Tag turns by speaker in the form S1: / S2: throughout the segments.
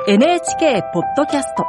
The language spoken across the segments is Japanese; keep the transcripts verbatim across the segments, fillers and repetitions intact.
S1: エヌエイチケー ポッドキャスト。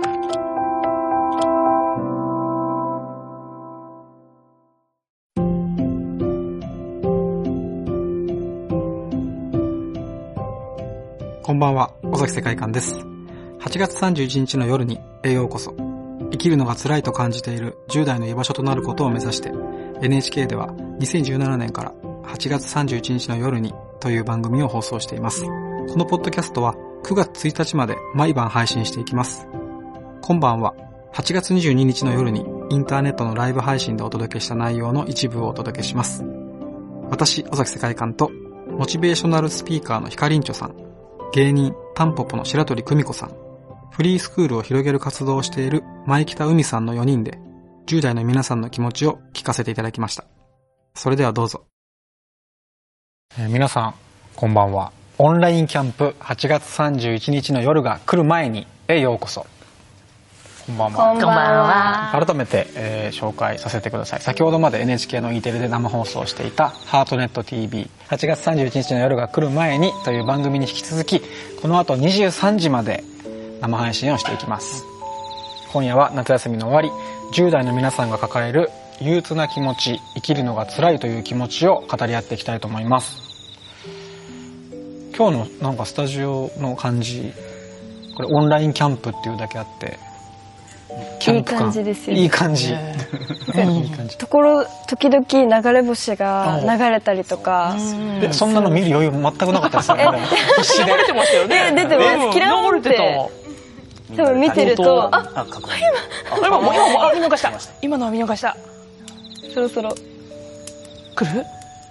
S2: こんばんは、尾崎世界観です。はちがつさんじゅういちにちの夜にへようこそ。生きるのが辛いと感じているじゅう代の居場所となることを目指して、エヌエイチケー ではにせんじゅうななねんからはちがつさんじゅういちにちの夜にという番組を放送しています。このポッドキャストはくがつついたちまで毎晩配信していきます。今晩ははちがつにじゅうににちの夜にインターネットのライブ配信でお届けした内容の一部をお届けします。私、尾崎世界観とモチベーショナルスピーカーのひかりんちょさん、芸人タンポポの白鳥久美子さん、フリースクールを広げる活動をしている前北海さんのよにんでじゅう代の皆さんの気持ちを聞かせていただきました。それではどうぞ。えー、皆さんこんばんは。オンラインキャンプはちがつさんじゅういちにちの夜が来る前にへようこそ。こんばんは。
S3: こんばんは。
S2: 改めて、えー、紹介させてください。先ほどまで エヌエイチケー の E テレで生放送していたハートネット ティービー はちがつさんじゅういちにちの夜が来る前にという番組に引き続き、この後にじゅうさんじまで生配信をしていきます。今夜は夏休みの終わり、じゅう代の皆さんが抱える憂鬱な気持ち、生きるのが辛いという気持ちを語り合っていきたいと思います。今日のなんかスタジオの感じ、これオンラインキャンプっていうだけあってキャンプ感
S3: いい感じですよね。
S2: いい感じ、
S3: いい感じ。ところ時々流れ星が流れたりとか、
S2: でそんなの見る余裕全くなかったですよね。
S4: 必死で流れてましたよね。
S3: 出てます。キラーンって多分見てると、あ、
S4: あ、今今もう今もう見逃した。今のは見逃した。
S3: そろそろ
S4: 来る？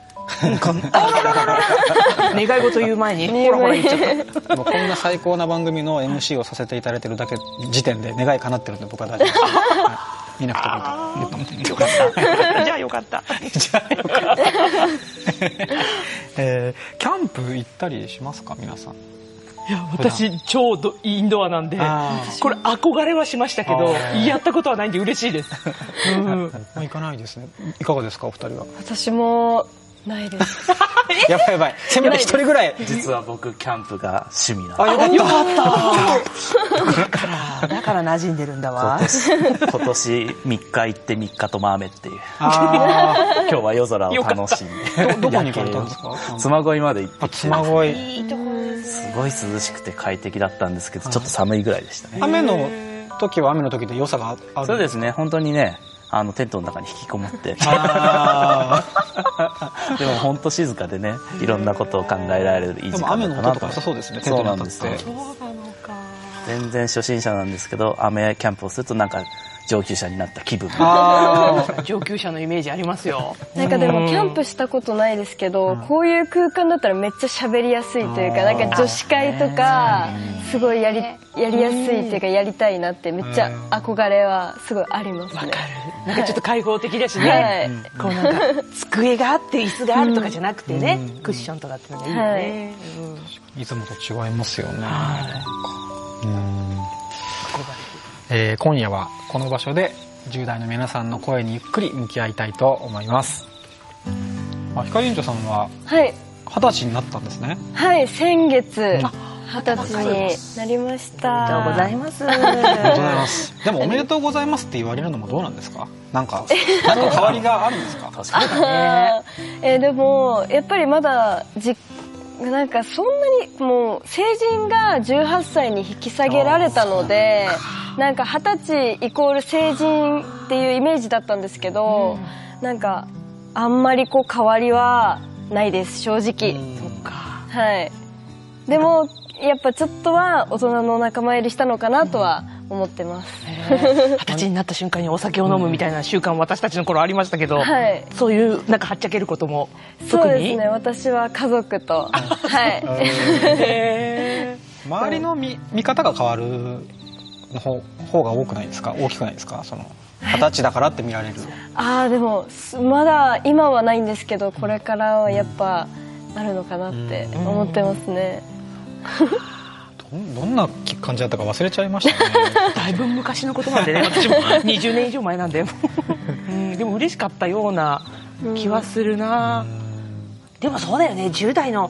S4: 願い事言う前にほらほら言っちゃった。
S2: もうこんな最高な番組の エムシー をさせていただいてるだけ時点で願い叶ってるんで僕は大丈夫です。見なくてもいいと。
S4: よかった。じゃあよかった。
S2: じゃあよかった。えー、キャンプ行ったりしますか皆さん？
S4: いや私超インドアなんでこれ憧れはしましたけどやったことはないんで嬉しいです。
S2: うん、行かないですね。いかがですかお二人は？
S3: 私もないです。
S2: やばいやばい。せめて一人ぐらい。
S5: 実は僕キャンプが趣味なんで。
S2: あ、よかった。
S4: よかっただからだから馴染んでるんだわ。
S5: 今年今年みっか行ってみっかとも雨っていう。あ今日は夜空を楽しんで。
S2: ど, どこに行かれたんですか？
S5: 妻恋まで行ってきて。
S2: 妻恋。
S4: いいところです。
S5: すごい涼しくて快適だったんですけど、ちょっと寒いぐらいでしたね。
S2: 雨の時は雨の時で良さがある。
S5: そうですね。本当にね。あのテントの中に引きこもって
S2: あ
S5: でも本当静かでね、いろんなことを考えられるいい時間だったなと。
S2: でも雨の音とか良さそうですね。
S5: そうなんですよ。
S4: そうなのか。
S5: 全然初心者なんですけど、雨キャンプをするとなんか上級者になった気分。
S4: 上級者のイメージありますよ。
S3: なんかでもキャンプしたことないですけど、こういう空間だったらめっちゃ喋りやすいというか、なんか女子会とかすごいやりやりやすいっていうかやりたいなってめっちゃ憧れはすごいありますね。
S4: わかる。なんかちょっと開放的だしね。はい、こうなんか机があって椅子があるとかじゃなくてね、うん、クッションとかってのがいいよね。はい、
S2: いつもと違いますよね。うんえー、今夜はこの場所でじゅう代の皆さんの声にゆっくり向き合いたいと思います。あ、ひかりんちょさんは二十歳になったんですね。
S3: はい、先月二十歳になりました。
S4: ありがとうございます。
S2: ありがとうございます。でもおめでとうございますって言われるのもどうなんですか？なんかなんか変わりがあるんですか？
S5: 確かにね。
S3: えー、でもやっぱりまだじなんかそんなにもう成人がじゅうはっさいに引き下げられたので、なんか二十歳イコール成人っていうイメージだったんですけど、うん、なんかあんまりこう変わりはないです正直。
S4: そっか。
S3: はい。でもやっぱちょっとは大人の仲間入りしたのかなとは思ってます。
S4: 二十歳になった瞬間にお酒を飲むみたいな習慣私たちの頃ありましたけど、はい、そういうなんかはっちゃけることも特に。
S3: そうですね。私は家族とはい。
S2: へー周りの見見方が変わるの方方が多くないですか？大きくないですか？その二十歳だからって見られる。
S3: ああでもまだ今はないんですけど、これからはやっぱあるのかなって思ってますね。
S2: ど, どんな感じだったか忘れちゃいましたね。
S4: だいぶ昔のことなんでね、私もにじゅうねん以上前なんで、うん、でも嬉しかったような気はするな。でもそうだよね、じゅう代の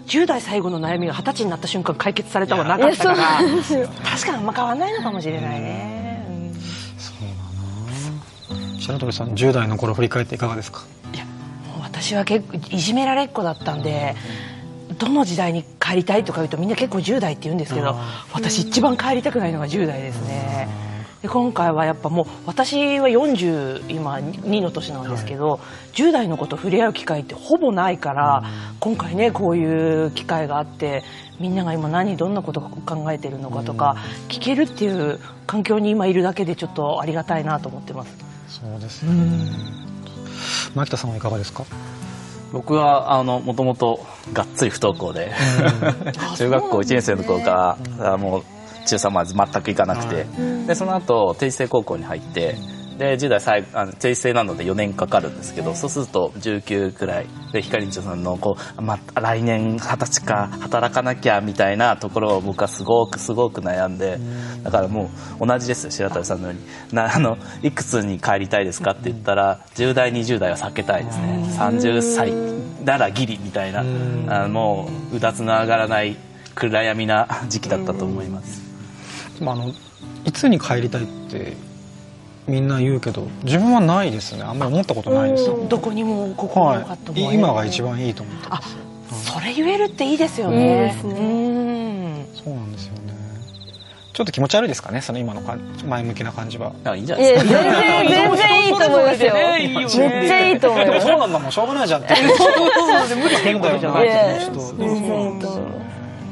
S4: じゅう代最後の悩みがはたちになった瞬間解決されたもなかったから、確かにあんま変わんないのかもしれないね。うん、
S2: そうだな。白鳥さん、じゅう代の頃振り返っていかがですか？
S4: いや、もう私は結構いじめられっ子だったんで、どの時代に帰りたいとか言うとみんな結構じゅう代って言うんですけど、私一番帰りたくないのがじゅう代ですね。で今回はやっぱもう私はよんじゅう今にの年なんですけど、はい、じゅう代のこと触れ合う機会ってほぼないから、今回ねこういう機会があってみんなが今何どんなことを考えてるのかとか聞けるっていう環境に今いるだけでちょっとありがたいなと思ってます。
S2: そうですね。牧田さんはいかがですか？
S5: 僕はあのもともとがっつり不登校で、中学校いちねん生の頃からもう中さんまで全く行かなくて、でその後定時制高校に入って、でじゅう代最あの定時制なのでよねんかかるんですけど、そうするとじゅうきゅうくらいで光一さんのこう、ま、来年はたちか働かなきゃみたいなところを僕はすごくすごく悩んで、だからもう同じですよ、白鳥さんのようになあのいくつに帰りたいですかって言ったらじゅう代にじゅう代は避けたいですね。さんじゅっさいならギリみたいな、あのもううだつの上がらない暗闇な時期だったと思います。
S2: あのいつに帰りたいってみんな言うけど自分はないですね。あんまり思ったことないです。
S4: どこにもここが良かったもん、
S2: はい、今が一番いいと思ってます。
S4: あ、それ言えるっていいですよね。いいですね。
S2: うんそうなんですよね。ちょっと気持ち悪いですかね、その今の前向きな感じは。
S5: あ、いいんじゃないですか。
S3: 全然全然いいと思いますよ。めっちゃいいと思います。
S2: そうなんだもん、しょうがないじゃんって。
S4: 無理してることじゃないですね。
S3: 全然いいと思います。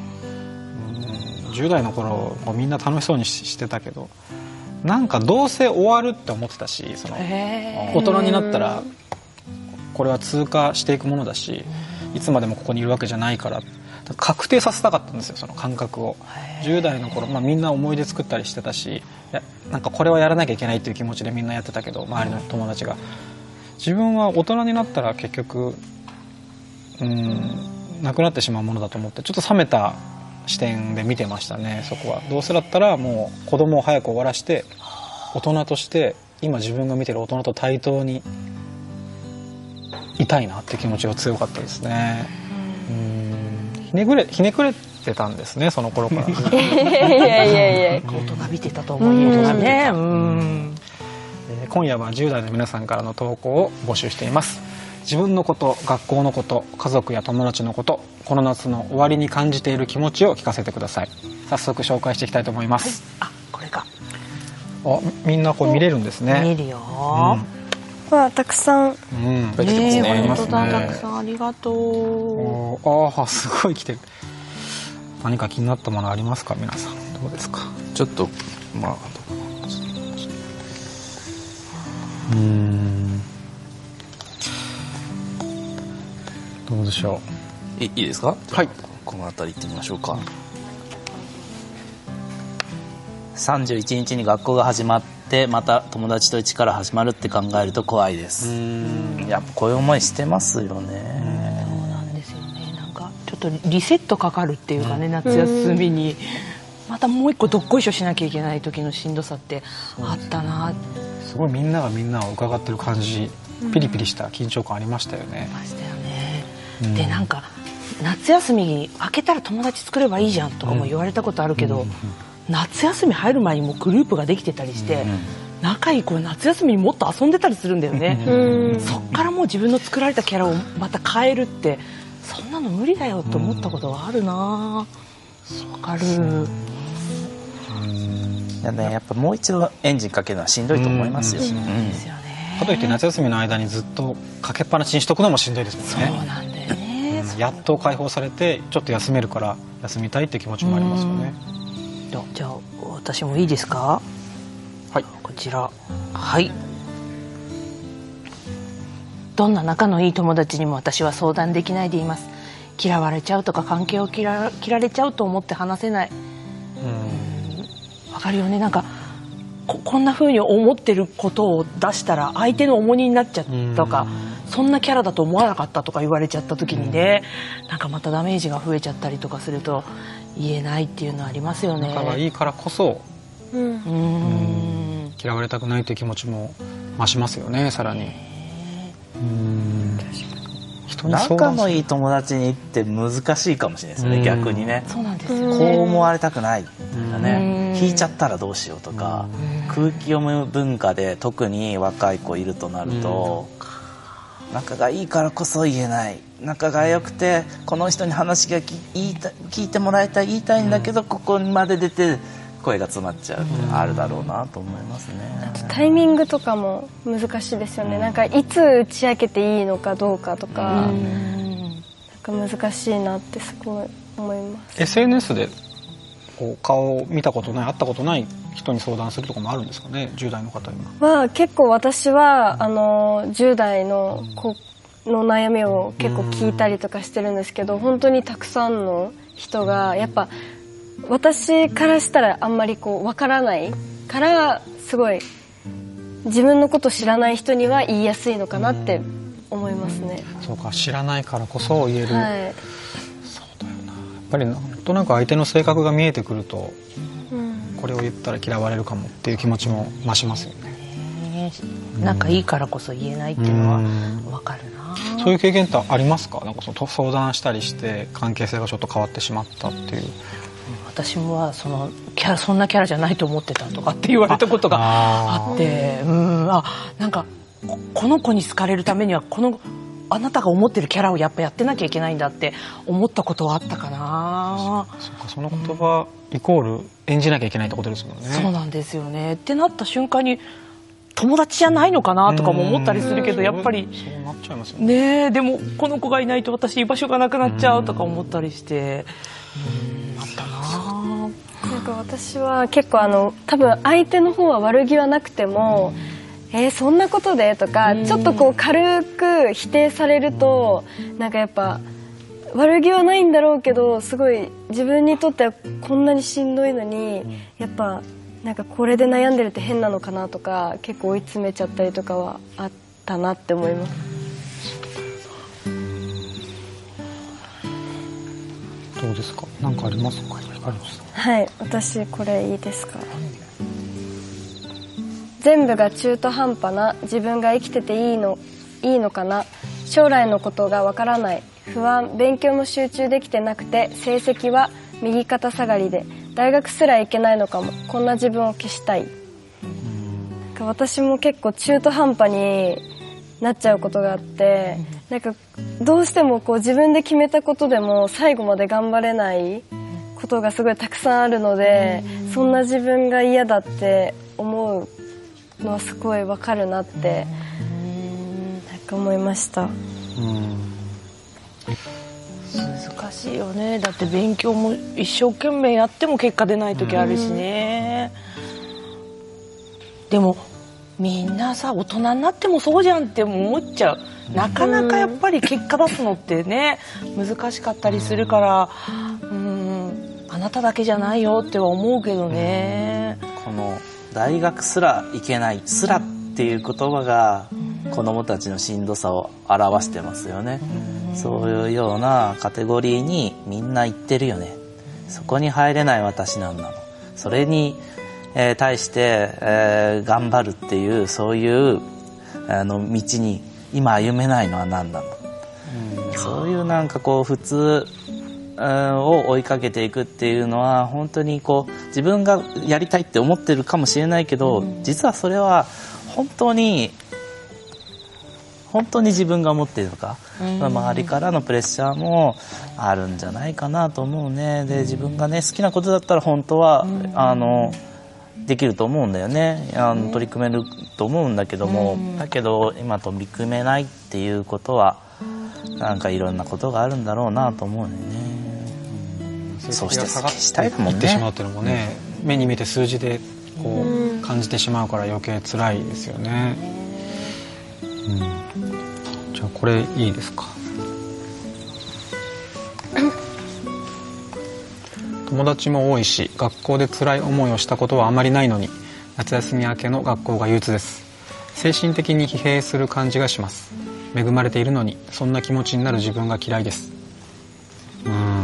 S2: じゅう代の頃こうみんな楽しそうにしてたけど、なんかどうせ終わるって思ってたし、その大人になったらこれは通過していくものだし、いつまでもここにいるわけじゃないから確定させたかったんですよ、その感覚を。じゅう代の頃、まあ、みんな思い出作ったりしてたし、やなんかこれはやらなきゃいけないっていう気持ちでみんなやってたけど、周りの友達が。自分は大人になったら結局うんなくなってしまうものだと思って、ちょっと冷めた視点で見てましたね。そこはどうせだったらもう子供を早く終わらして大人として今自分が見てる大人と対等にいたいなって気持ちが強かったですね。うんひねくれひねくれてたんですね、その頃から。い
S3: やいやいやいや、
S4: 大人びてたと思いますね。うん
S2: えー、今夜はじゅう代の皆さんからの投稿を募集しています。自分のこと、学校のこと、家族や友達のこと、この夏の終わりに感じている気持ちを聞かせてください。早速紹介していきたいと思います。
S4: はい、あ、これか。
S2: あ、みんなこれ見れるんですね。
S4: 見れるよ。
S3: うん、わあ、たくさん。
S2: うん、出てますね。ありますね。
S4: たくさんありがとう。
S2: ああ、すごい来てる。何か気になったものありますか、皆さん。どうですか。
S5: ちょっとまあ
S2: うーん。どうでしょ
S5: う。いいいですか。
S2: はい。
S5: この辺り行ってみましょうか。さんじゅういちにちに学校が始まってまた友達と一から始まるって考えると怖いです。うーん、やっぱこういう思いしてますよね。
S4: そうなんですよね。なんかちょっとリセットかかるっていうかね、うん、夏休みにまたもう一個どっこいしょしなきゃいけない時のしんどさってあったな。
S2: すごいみんながみんなを伺ってる感じ、ピリピリした緊張感ありましたよね。
S4: ありましたよね。うん、でなんか夏休み明けたら友達作ればいいじゃんとかも言われたことあるけど、うんうんうん、夏休み入る前にもうグループができてたりして、うんうん、仲いい子は夏休みにもっと遊んでたりするんだよね。うん、そっからもう自分の作られたキャラをまた変えるってそんなの無理だよと思ったことがあるな。わかる。
S5: いやね、やっぱもう一度エンジンかけるのはしんどいと思いますよ。
S2: かといって夏休みの間にずっとかけっぱなしにしとくのもしんどいですもんね。
S4: そうなんだよね。
S2: うん、やっと解放されてちょっと休めるから休みたいって気持ちもありますよね。
S4: じゃあ私もいいですか。
S2: はい、
S4: こちら。はい。どんな仲のいい友達にも私は相談できないでいます。嫌われちゃうとか関係を切ら、切られちゃうと思って話せない。わかるよね。なんか こ, こんな風に思ってることを出したら相手の重荷になっちゃったとか、そんなキャラだと思わなかったとか言われちゃった時にね、なんかまたダメージが増えちゃったりとかすると言えないっていうのはありますよね。
S2: 仲がいいからこそ、
S3: うん、
S2: うん嫌われたくないという気持ちも増しますよね、さらに。うん一
S5: 仲のいい友達にって難しいかもしれないですね、うん、逆にね。
S4: そうなんですよ。
S5: こう思われたくないとかね、引いちゃったらどうしようとか、空気読む文化で特に若い子いるとなると、仲がいいからこそ言えない、仲が良くてこの人に話がき言いた聞いてもらいたい言いたいんだけど、ここまで出て声が詰まっちゃうってあるだろうなと思いますね。
S3: タイミングとかも難しいですよね。なんかいつ打ち明けていいのかどうかとか、なんか難しいなってすごい思います。
S2: エスエヌエス でこう顔を見たことない会ったことない人に相談するとかもあるんですかね、じゅう代の方今
S3: は。結構私はあのじゅう代の子の悩みを結構聞いたりとかしてるんですけど、本当にたくさんの人がやっぱ私からしたらあんまりこう分からないから、すごい自分のこと知らない人には言いやすいのかなって思いますね。
S2: そうか、知らないからこそ言える、
S3: はい、
S2: そうだよな。やっぱりなんとなく相手の性格が見えてくると、うん、これを言ったら嫌われるかもっていう気持ちも増しますよね。
S4: 仲いいからこそ言えないっていうのは分かるな。
S2: そういう経験ってありますか？なんかその相談したりして関係性がちょっと変わってしまったっていう。
S4: 私はそのキャラそんなキャラじゃないと思ってたとかって言われたことがあって、うんあなんかこの子に好かれるためにはこのあなたが思ってるキャラをやっぱやってなきゃいけないんだって思ったことはあったかな。
S2: そっか、その言葉、うん、イコール演じなきゃいけないってことですもんね。
S4: そうなんですよね。ってなった瞬間に友達じゃないのかなとかも思ったりするけど、やっぱり
S2: そうなっちゃいますよね。
S4: ねえ、でもこの子がいないと私居場所がなくなっちゃうとか思ったりして、うんあったな。
S3: なんか私は結構あの多分相手の方は悪気はなくても、えー、そんなことでとかちょっとこう軽く否定されると、なんかやっぱ悪気はないんだろうけど、すごい自分にとってはこんなにしんどいのに、やっぱなんかこれで悩んでるって変なのかなとか、結構追い詰めちゃったりとかはあったなって思います。
S2: どうですか？何かありますか？
S3: はい、私これいいですか？全部が中途半端な自分が生きてていいのいいのかな、将来のことがわからない、不安、勉強も集中できてなくて成績は右肩下がりで大学すら行けないのかも、こんな自分を消したい。なんか私も結構中途半端になっちゃうことがあって、なんかどうしてもこう自分で決めたことでも最後まで頑張れないことがすごいたくさんあるので、そんな自分が嫌だって思うのはすごいわかるなってなんか思いました。
S4: 難しいよね。だって勉強も一生懸命やっても結果出ない時あるしね。でもみんなさ大人になってもそうじゃんって思っちゃう。なかなかやっぱり結果出すのってね難しかったりするから、うんあなただけじゃないよっては思うけどね。
S5: この大学すら行けないすらっていう言葉が子どもたちのしんどさを表してますよね。そういうようなカテゴリーにみんな行ってるよね。そこに入れない私なんだもん。それに、えー、対して、えー、頑張るっていうそういうあの道に今歩めないのは何なの、うん、そういうなんかこう普通を追いかけていくっていうのは本当にこう自分がやりたいって思ってるかもしれないけど、うん、実はそれは本当に本当に自分が思っているのか、うん、周りからのプレッシャーもあるんじゃないかなと思うね。で自分がね好きなことだったら本当は、うん、あのできると思うんだよね。あの取り組めると思うんだけども、うん、だけど今取り組めないっていうことはなんかいろんなことがあるんだろうなと思うんだよね。うん、そうして消したいもんね。
S2: いってしまうっていうのもね、うん、目に見て数字でこう感じてしまうから余計辛いですよね。うん、じゃあこれいいですか？友達も多いし学校で辛い思いをしたことはあまりないのに夏休み明けの学校が憂鬱です。精神的に疲弊する感じがします。恵まれているのにそんな気持ちになる自分が嫌いです。うーん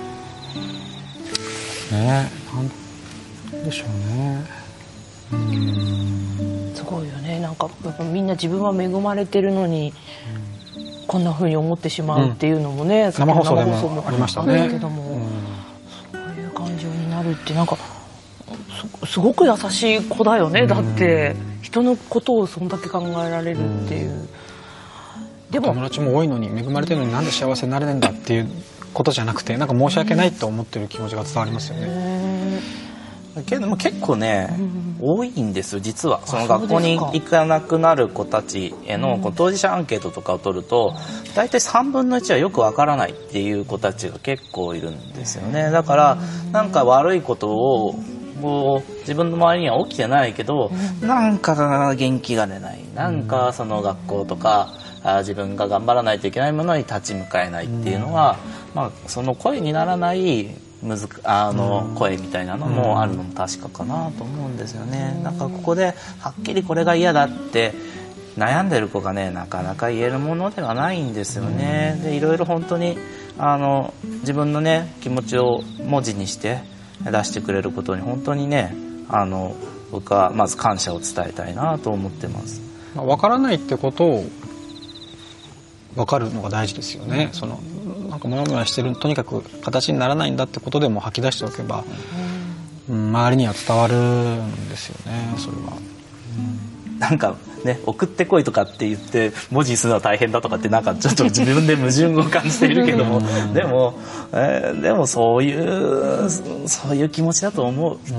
S2: ねえなんでしょうね。うーん
S4: すごいよね。なんかみんな自分は恵まれてるのに、 こんな風に思ってしまうっていうのもね、
S2: うん、生放送でもありましたね。
S4: けども、うん、そういう感情になるってなんか す, すごく優しい子だよね、うん、だって人のことをそんだけ考えられるっていう、うん、でも
S2: 友達も多いのに恵まれてるのになんで幸せになれないんだっていうことじゃなくて、なんか申し訳ないと思ってる気持ちが伝わりますよね。
S5: けども結構ね、うん、多いんですよ実は。その学校に行かなくなる子たちへの、うん、こう当事者アンケートとかを取ると大体さんぶんのいちはよくわからないっていう子たちが結構いるんですよね。だからなんか悪いことをこう自分の周りには起きてないけど、うん、なんか元気が出ない、なんかその学校とかあ自分が頑張らないといけないものに立ち向かえないっていうのは、うん、まあ、その声にならないむずあの声みたいなのもあるのも確かかなと思うんですよね。なんかここではっきりこれが嫌だって悩んでる子がねなかなか言えるものではないんですよね。でいろいろ本当にあの自分のね気持ちを文字にして出してくれることに本当にねあの僕はまず感謝を伝えたいなと思ってます。
S2: 分からないってことを分かるのが大事ですよね。そのなんかモヤモヤしてるとにかく形にならないんだってことでも吐き出しておけば、うん、周りには伝わるんですよねそれは。
S5: なんかね送ってこいとかって言って文字にするのは大変だとかってなんかちょっと自分で矛盾を感じているけどもでも、えー、でもそういうそういう気持ちだと思う。うん、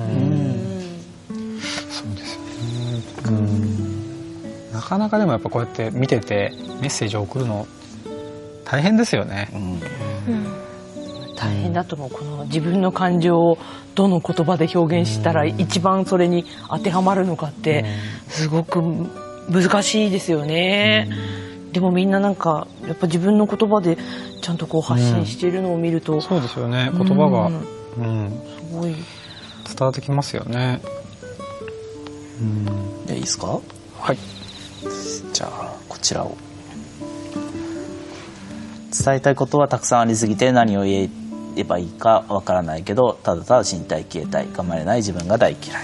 S2: そうですよね。うん、なかなかでもやっぱこうやって見ててメッセージを送るの大変ですよね。うん、
S4: 大変だと思う。この自分の感情をどの言葉で表現したら一番それに当てはまるのかってすごく難しいですよね。でもみんななんかやっぱ自分の言葉でちゃんとこう発信しているのを見ると、
S2: うん、そうですよね。言葉が、うんうん、
S4: すごい伝
S2: わってきますよね。
S5: うん、でいいですか。
S2: はい。
S5: じゃあこちらを。伝えたいことはたくさんありすぎて何を言えばいいかわからないけどただただ死にたい消えたい頑張れない自分が大嫌い。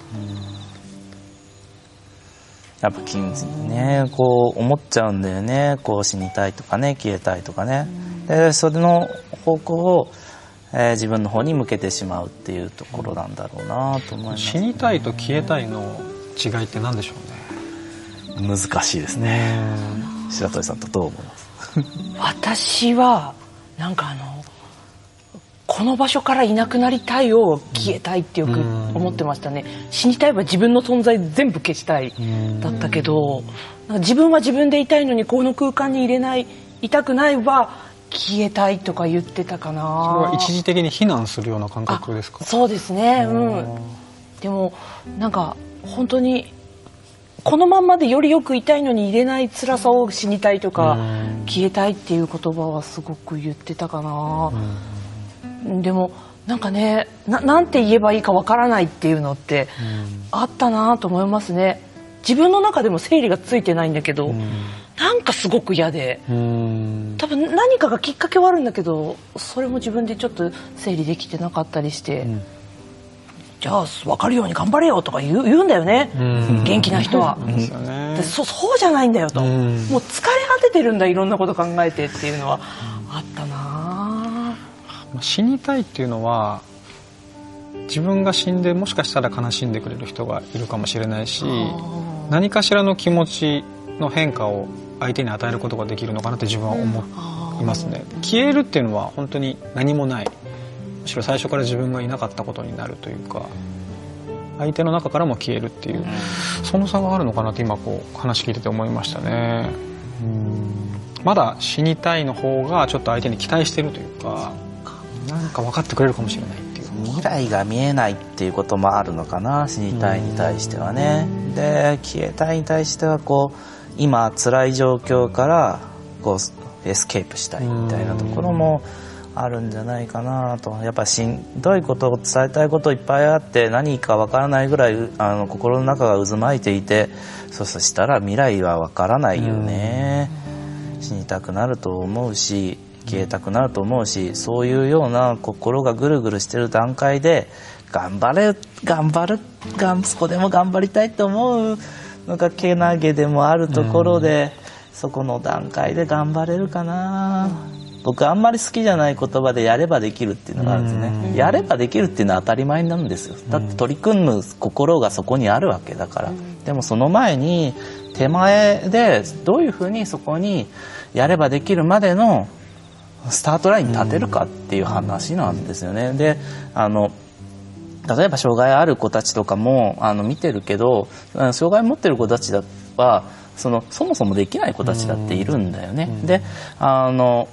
S5: やっぱ金ねこう思っちゃうんだよね。こう死にたいとかね消えたいとかね。でそれの方向を、えー、自分の方に向けてしまうっていうところなんだろうなと思います。
S2: 死にたいと消えたいの違いって何でしょうね。
S5: 難しいですね。白鳥さんとどう思います？
S4: 私はなんかあのこの場所からいなくなりたいを消えたいってよく思ってましたね。死にたいは自分の存在全部消したいだったけど、なんか自分は自分でいたいのにこの空間に入れないいたくないは消えたいとか言ってたかな。
S2: それは一時的に避難するような感覚ですか？
S4: そうですね、うん、でもなんか本当にこのまんまでよりよくいたいのに入れない辛さを死にたいとか消えたいっていう言葉はすごく言ってたかな。でもなんかね な, なんて言えばいいかわからないっていうのってあったなと思いますね。自分の中でも整理がついてないんだけどなんかすごく嫌で、多分何かがきっかけはあるんだけどそれも自分でちょっと整理できてなかったりして、うん、じゃあ分かるように頑張れよとか言 う, 言うんだよね、元気な人は。で そ, そうじゃないんだよと、もう疲れ果ててるんだいろんなこと考えてっていうのはあったな。
S2: 死にたいっていうのは自分が死んでもしかしたら悲しんでくれる人がいるかもしれないし、何かしらの気持ちの変化を相手に与えることができるのかなって自分は思いますね。消えるっていうのは本当に何もない、むしろ最初から自分がいなかったことになるというか、相手の中からも消えるっていう、その差があるのかなって今こう話聞いてて思いましたね。うん、まだ死にたいの方がちょっと相手に期待してるというか、なんか分かってくれるかもしれないっていう、
S5: 未来が見えないっていうこともあるのかな、死にたいに対してはね。で消えたいに対してはこう今辛い状況からこうエスケープしたいみたいなところもあるんじゃないかなと。やっぱしんどいことを伝えたいこといっぱいあって何かわからないぐらいあの心の中が渦巻いていて、そうしたら未来はわからないよね。死にたくなると思うし消えたくなると思うし、そういうような心がぐるぐるしてる段階で頑張れ頑張るがんそこでも頑張りたいと思うのがけなげでもあるところで、 そこの段階で頑張れるかな。僕あんまり好きじゃない言葉でやればできるっていうのがあるんですね。やればできるっていうのは当たり前なんですよ。だって取り組む心がそこにあるわけだから。でもその前に手前でどういうふうにそこにやればできるまでのスタートラインに立てるかっていう話なんですよね。で、あの例えば障害ある子たちとかもあの見てるけど、障害持ってる子たちはそのそもそもできない子たちだっているんだよね。で、あの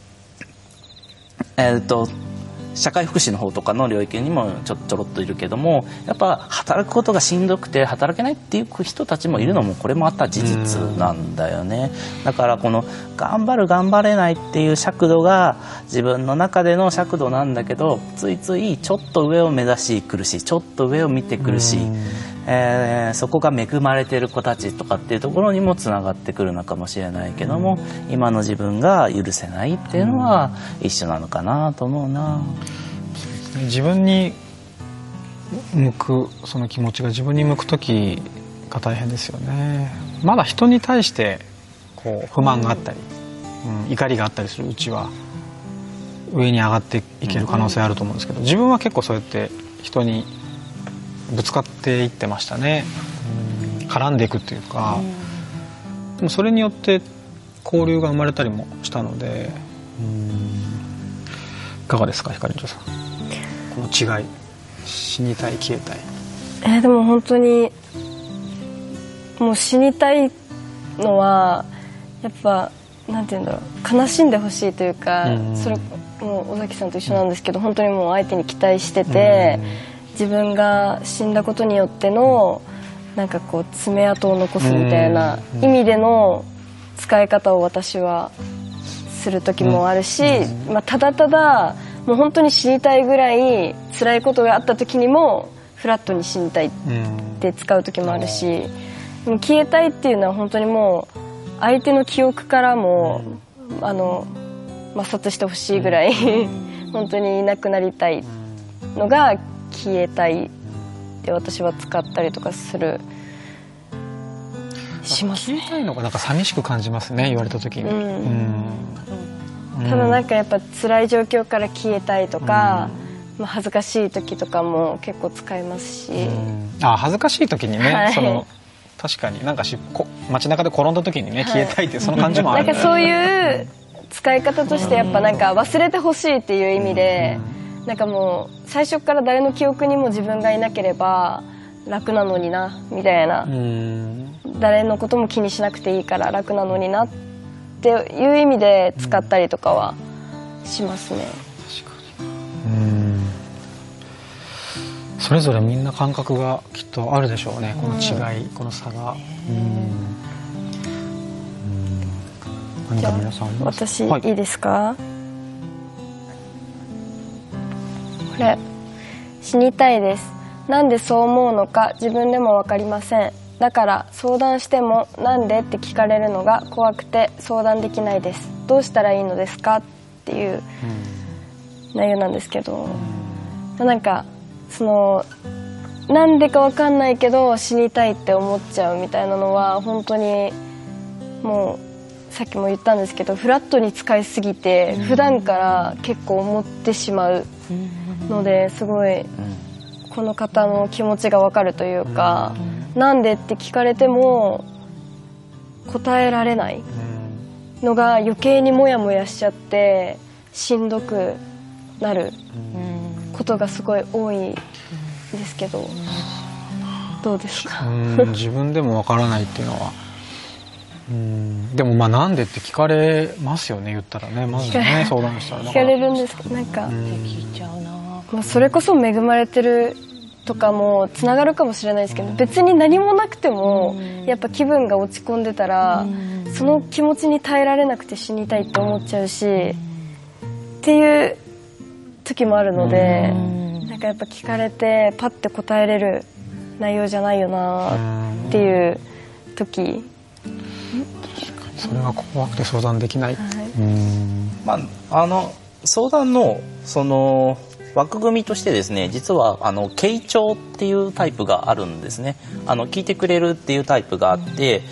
S5: えー、と社会福祉の方とかの領域にもちょちょろっといるけども、やっぱ働くことがしんどくて働けないっていう人たちもいるのもこれもあった事実なんだよね。だからこの頑張る頑張れないっていう尺度が自分の中での尺度なんだけど、ついついちょっと上を目指し苦しい、ちょっと上を見て苦しい、えー、そこが恵まれてる子たちとかっていうところにもつながってくるのかもしれないけども、今の自分が許せないっていうのは一緒なのかなと思うな。
S2: 自分に向くその気持ちが自分に向く時が大変ですよね。まだ人に対してこう不満があったり、うん、怒りがあったりするうちは上に上がっていける可能性あると思うんですけど、自分は結構そうやって人にぶつかっていってましたね。絡んでいくっていうか、でもそれによって交流が生まれたりもしたので、いかがですか、ひかりんちょさん、この違い、死にたい消えたい。
S3: えー、でも本当にもう死にたいのはやっぱなんていうんだろう、悲しんでほしいというか、それもう尾崎さんと一緒なんですけど、本当にもう相手に期待してて、自分が死んだことによってのなんかこう爪痕を残すみたいな意味での使い方を私はする時もあるし、まあ、ただただもう本当に死にたいぐらい辛いことがあった時にもフラットに死にたいって使う時もあるし、でも消えたいっていうのは本当にもう相手の記憶からもあの抹殺してほしいぐらい本当にいなくなりたいのが消えたいって私は使ったりとかするしますね。
S2: 消えたいのがなんか寂しく感じますね、言われた時に、うんうん、
S3: ただなんかやっぱ辛い状況から消えたいとか、うん、まあ、恥ずかしい時とかも結構使いますし、うん、
S2: あ、恥ずかしい時にね、はい、その確かになんかしこ街中で転んだ時にね、はい、消えたいってその感じもある、ね、
S3: なんかそういう使い方としてやっぱなんか忘れてほしいっていう意味で、うん、なんかもう最初から誰の記憶にも自分がいなければ楽なのになみたいな、うん、誰のことも気にしなくていいから楽なのになっていう意味で使ったりとかはしますね。
S2: 確かに、うん、それぞれみんな感覚がきっとあるでしょうね、この違い、うん、この差が、うん、何か皆さん
S3: 私、はい、いいですか。これ、死にたいです。なんでそう思うのか自分でも分かりません。だから相談してもなんでって聞かれるのが怖くて相談できないです。どうしたらいいのですかっていう内容なんですけど、なんかそのなんでか分かんないけど死にたいって思っちゃうみたいなのは本当にもうさっきも言ったんですけどフラットに使いすぎて普段から結構思ってしまうので、すごいこの方の気持ちが分かるというか、なんでって聞かれても答えられないのが余計にモヤモヤしちゃってしんどくなることがすごい多いんですけど、どうですか。
S2: うん自分でもわからないっていうのは、うんでもまあなんでって聞かれますよね、言ったらね、まずね相談したら
S3: 聞かれるんですけど、なんか聞いちゃうな。まあそれこそ恵まれてるとかもつながるかもしれないですけど、別に何もなくてもやっぱ気分が落ち込んでたらその気持ちに耐えられなくて死にたいって思っちゃうしっていう時もあるので、なんかやっぱ聞かれてパッて答えれる内容じゃないよなっていう時、
S2: それは怖くて相談できない、はい、
S5: うんまああの相談のその枠組みとしてですね、実はあの傾聴っていうタイプがあるんですね。あの聞いてくれるっていうタイプがあって、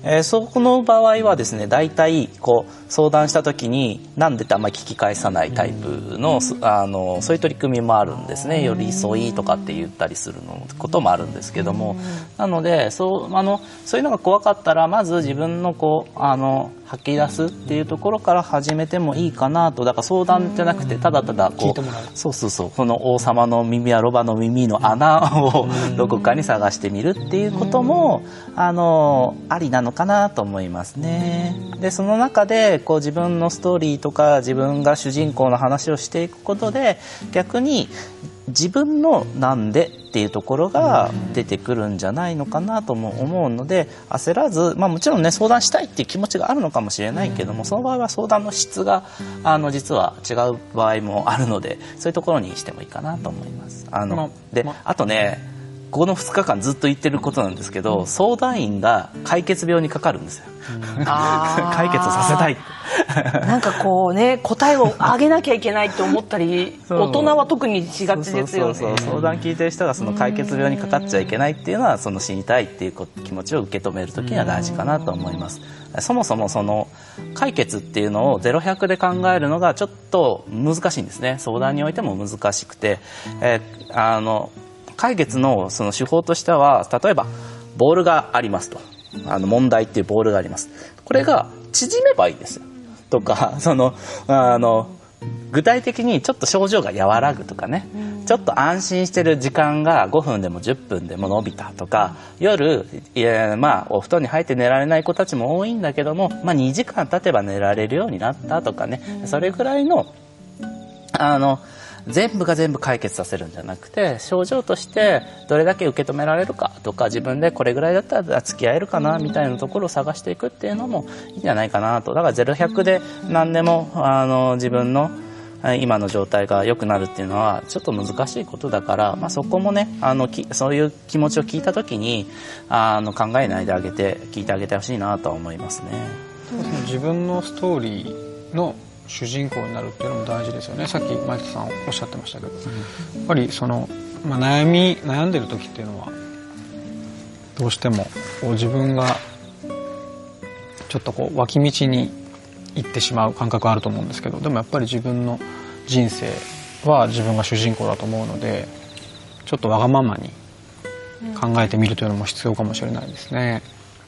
S5: えー、そこの場合はですね、大体こう相談した時になんでってあんまり聞き返さないタイプの、あのそういう取り組みもあるんですね。寄り添いとかって言ったりするのこともあるんですけども、なのでそうあのそういうのが怖かったらまず自分のこうあの吐き出すっていうところから始めてもいいかなと。だから相談じゃなくてただただこうそうそうそうこの王様の耳やロバの耳の穴をどこかに探してみるっていうこともあのありなのかなと思いますね。でその中でこう自分のストーリーとか自分が主人公の話をしていくことで逆に自分のなんでっていうところが出てくるんじゃないのかなとも思うので、焦らず、まあ、もちろんね相談したいっていう気持ちがあるのかもしれないけども、その場合は相談の質があの実は違う場合もあるので、そういうところにしてもいいかなと思います。あのであとね、このふつかかんずっと言ってることなんですけど、相談員が解決病にかかるんですよ。解決させたい
S4: なんかこうね、答えをあげなきゃいけないと思ったり大人は特にしがちですよね。
S5: そうそうそうそう、相談聞いてる人がその解決病にかかっちゃいけないっていうのは、その死にたいっていう気持ちを受け止めるときには大事かなと思います。そもそもその解決っていうのをゼロひゃくで考えるのがちょっと難しいんですね。相談においても難しくて、えー、あの解決のその手法としては、例えばボールがありますと、あの問題っていうボールがあります。これが縮めばいいんですよとか、そのあの具体的にちょっと症状が和らぐとかね、ちょっと安心してる時間がごふんでもじゅっぷんでも伸びたとか、夜いやまあお布団に入って寝られない子たちも多いんだけども、まあ、にじかん経てば寝られるようになったとかね、それぐらいのあの全部が全部解決させるんじゃなくて、症状としてどれだけ受け止められるかとか、自分でこれぐらいだったら付き合えるかなみたいなところを探していくっていうのもいいんじゃないかなと。だからゼロひゃくで何でもあの自分の今の状態が良くなるっていうのはちょっと難しいことだから、まあ、そこもねあのきそういう気持ちを聞いた時にあの考えないであげて聞いてあげてほしいなとは思いますね。
S2: 自分のストーリーの主人公になるっていうのも大事ですよね。さっき前田さんおっしゃってましたけど、うん、やっぱりその、まあ、悩み悩んでる時っていうのはどうしてもこう自分がちょっとこう脇道に行ってしまう感覚があると思うんですけど、でもやっぱり自分の人生は自分が主人公だと思うので、ちょっとわがままに考えてみるというのも必要かもしれないですね。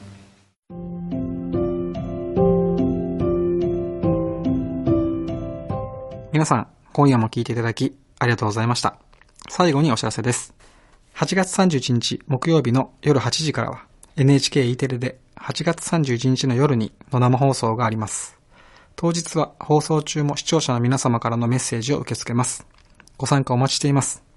S2: 皆さん、今夜も聞いていただきありがとうございました。最後にお知らせです。はちがつさんじゅういちにち木曜日の夜はちじからは エヌエイチケー E テレではちがつさんじゅういちにちの夜にの生放送があります。当日は放送中も視聴者の皆様からのメッセージを受け付けます。ご参加お待ちしています。